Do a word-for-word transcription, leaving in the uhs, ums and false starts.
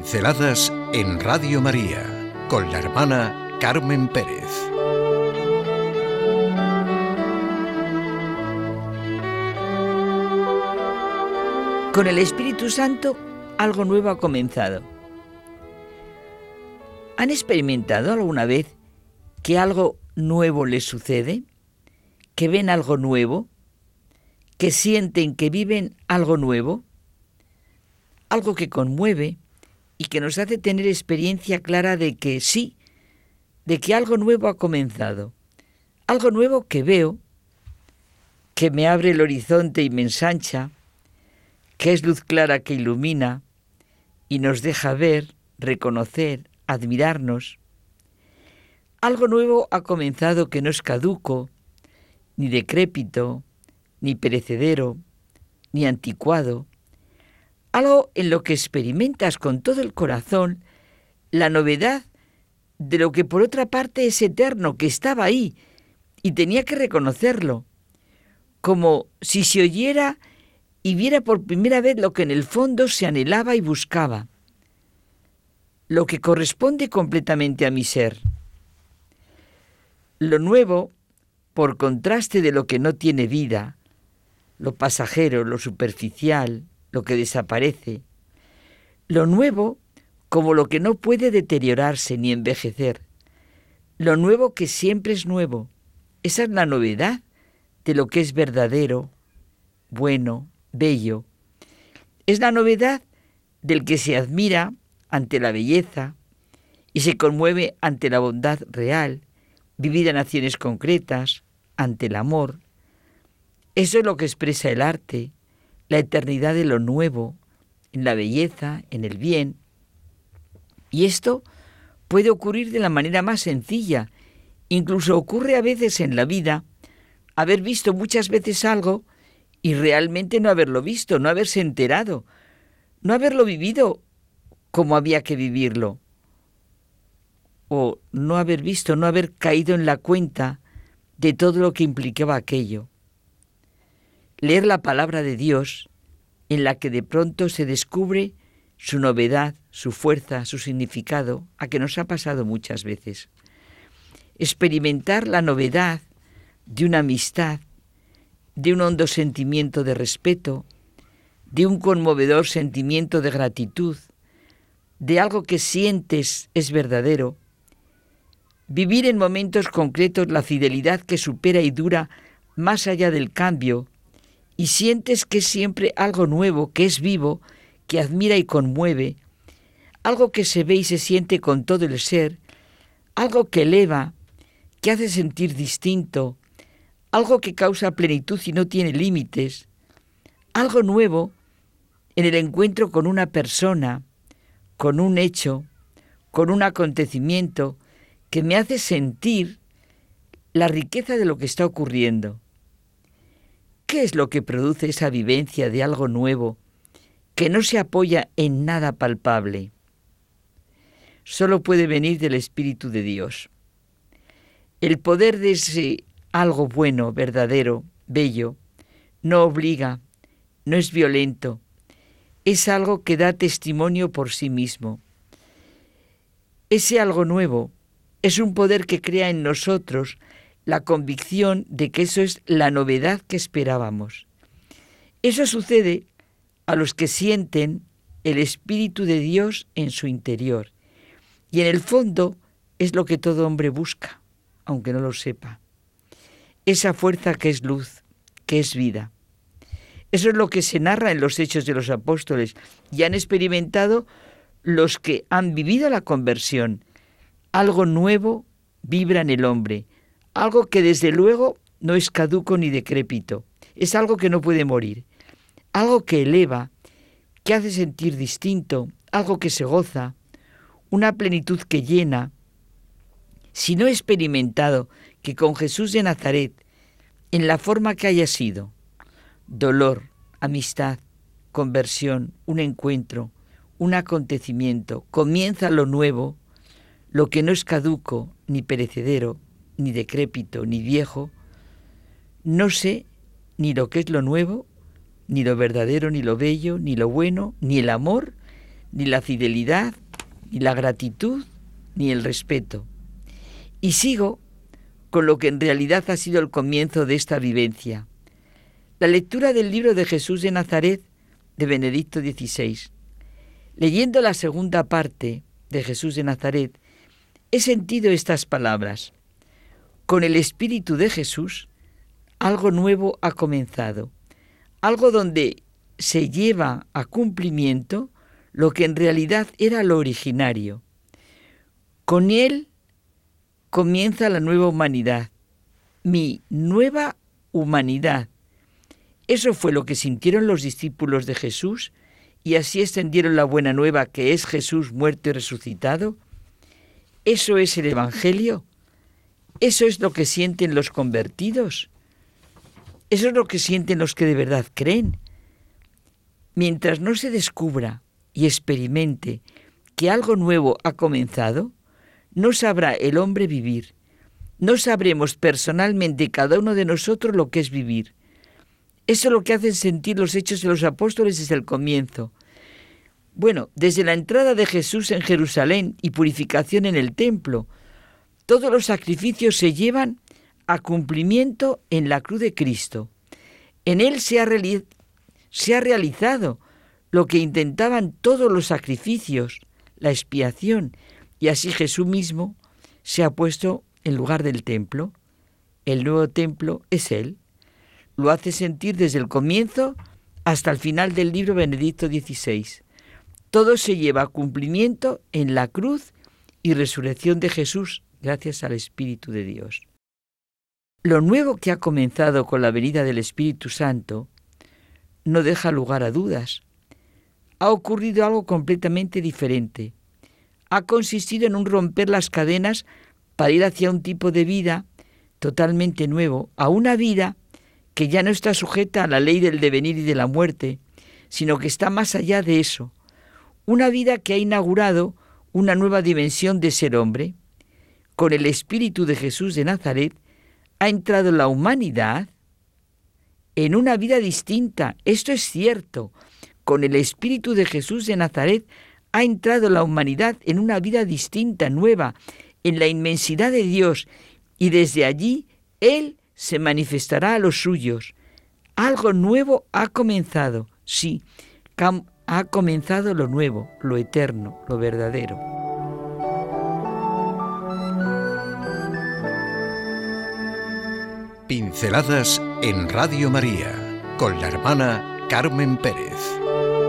Pinceladas en Radio María, con la hermana Carmen Pérez. Con el Espíritu Santo, algo nuevo ha comenzado. ¿Han experimentado alguna vez que algo nuevo les sucede? ¿Que ven algo nuevo? ¿Que sienten que viven algo nuevo? Algo que conmueve y que nos hace tener experiencia clara de que sí, de que algo nuevo ha comenzado. Algo nuevo que veo, que me abre el horizonte y me ensancha, que es luz clara que ilumina y nos deja ver, reconocer, admirarnos. Algo nuevo ha comenzado que no es caduco, ni decrépito, ni perecedero, ni anticuado. Algo en lo que experimentas con todo el corazón la novedad de lo que por otra parte es eterno, que estaba ahí y tenía que reconocerlo, como si se oyera y viera por primera vez lo que en el fondo se anhelaba y buscaba, lo que corresponde completamente a mi ser. Lo nuevo, por contraste de lo que no tiene vida, lo pasajero, lo superficial, lo que desaparece. Lo nuevo como lo que no puede deteriorarse ni envejecer. Lo nuevo que siempre es nuevo. Esa es la novedad de lo que es verdadero, bueno, bello. Es la novedad del que se admira ante la belleza y se conmueve ante la bondad real, vivida en acciones concretas, ante el amor. Eso es lo que expresa el arte, la eternidad de lo nuevo, en la belleza, en el bien. Y esto puede ocurrir de la manera más sencilla. Incluso ocurre a veces en la vida haber visto muchas veces algo y realmente no haberlo visto, no haberse enterado, no haberlo vivido como había que vivirlo. O no haber visto, no haber caído en la cuenta de todo lo que implicaba aquello. Leer la palabra de Dios, en la que de pronto se descubre su novedad, su fuerza, su significado, a que nos ha pasado muchas veces. Experimentar la novedad de una amistad, de un hondo sentimiento de respeto, de un conmovedor sentimiento de gratitud, de algo que sientes es verdadero. Vivir en momentos concretos la fidelidad que supera y dura más allá del cambio, y sientes que es siempre algo nuevo, que es vivo, que admira y conmueve, algo que se ve y se siente con todo el ser, algo que eleva, que hace sentir distinto, algo que causa plenitud y no tiene límites, algo nuevo en el encuentro con una persona, con un hecho, con un acontecimiento que me hace sentir la riqueza de lo que está ocurriendo. ¿Qué es lo que produce esa vivencia de algo nuevo que no se apoya en nada palpable? Solo puede venir del Espíritu de Dios. El poder de ese algo bueno, verdadero, bello, no obliga, no es violento, es algo que da testimonio por sí mismo. Ese algo nuevo es un poder que crea en nosotros la convicción de que eso es la novedad que esperábamos. Eso sucede a los que sienten el Espíritu de Dios en su interior. Y en el fondo es lo que todo hombre busca, aunque no lo sepa. Esa fuerza que es luz, que es vida. Eso es lo que se narra en los Hechos de los Apóstoles y han experimentado los que han vivido la conversión. Algo nuevo vibra en el hombre. Algo que desde luego no es caduco ni decrépito, es algo que no puede morir, algo que eleva, que hace sentir distinto, algo que se goza, una plenitud que llena. Si no he experimentado que con Jesús de Nazaret, en la forma que haya sido, dolor, amistad, conversión, un encuentro, un acontecimiento, comienza lo nuevo, lo que no es caduco ni perecedero, ni decrépito, ni viejo, no sé ni lo que es lo nuevo, ni lo verdadero, ni lo bello, ni lo bueno, ni el amor, ni la fidelidad, ni la gratitud, ni el respeto. Y sigo con lo que en realidad ha sido el comienzo de esta vivencia. La lectura del libro de Jesús de Nazaret de Benedicto dieciséis. Leyendo la segunda parte de Jesús de Nazaret, he sentido estas palabras. Con el Espíritu de Jesús, algo nuevo ha comenzado, algo donde se lleva a cumplimiento lo que en realidad era lo originario. Con él comienza la nueva humanidad, mi nueva humanidad. Eso fue lo que sintieron los discípulos de Jesús y así extendieron la buena nueva que es Jesús muerto y resucitado. ¿Eso es el Evangelio? ¿Eso es lo que sienten los convertidos? ¿Eso es lo que sienten los que de verdad creen? Mientras no se descubra y experimente que algo nuevo ha comenzado, no sabrá el hombre vivir. No sabremos personalmente cada uno de nosotros lo que es vivir. Eso es lo que hacen sentir los Hechos de los Apóstoles desde el comienzo. Bueno, desde la entrada de Jesús en Jerusalén y purificación en el templo, todos los sacrificios se llevan a cumplimiento en la cruz de Cristo. En él se ha, reali- se ha realizado lo que intentaban todos los sacrificios, la expiación, y así Jesús mismo se ha puesto en lugar del templo. El nuevo templo es él. Lo hace sentir desde el comienzo hasta el final del libro Benedicto dieciséis. Todo se lleva a cumplimiento en la cruz y resurrección de Jesús, gracias al Espíritu de Dios. Lo nuevo que ha comenzado con la venida del Espíritu Santo no deja lugar a dudas. Ha ocurrido algo completamente diferente. Ha consistido en un romper las cadenas para ir hacia un tipo de vida totalmente nuevo, a una vida que ya no está sujeta a la ley del devenir y de la muerte, sino que está más allá de eso. Una vida que ha inaugurado una nueva dimensión de ser hombre. Con el Espíritu de Jesús de Nazaret ha entrado la humanidad en una vida distinta. Esto es cierto. Con el Espíritu de Jesús de Nazaret ha entrado la humanidad en una vida distinta, nueva, en la inmensidad de Dios, y desde allí Él se manifestará a los suyos. Algo nuevo ha comenzado, sí, cam- ha comenzado lo nuevo, lo eterno, lo verdadero. Pinceladas en Radio María con la hermana Carmen Pérez.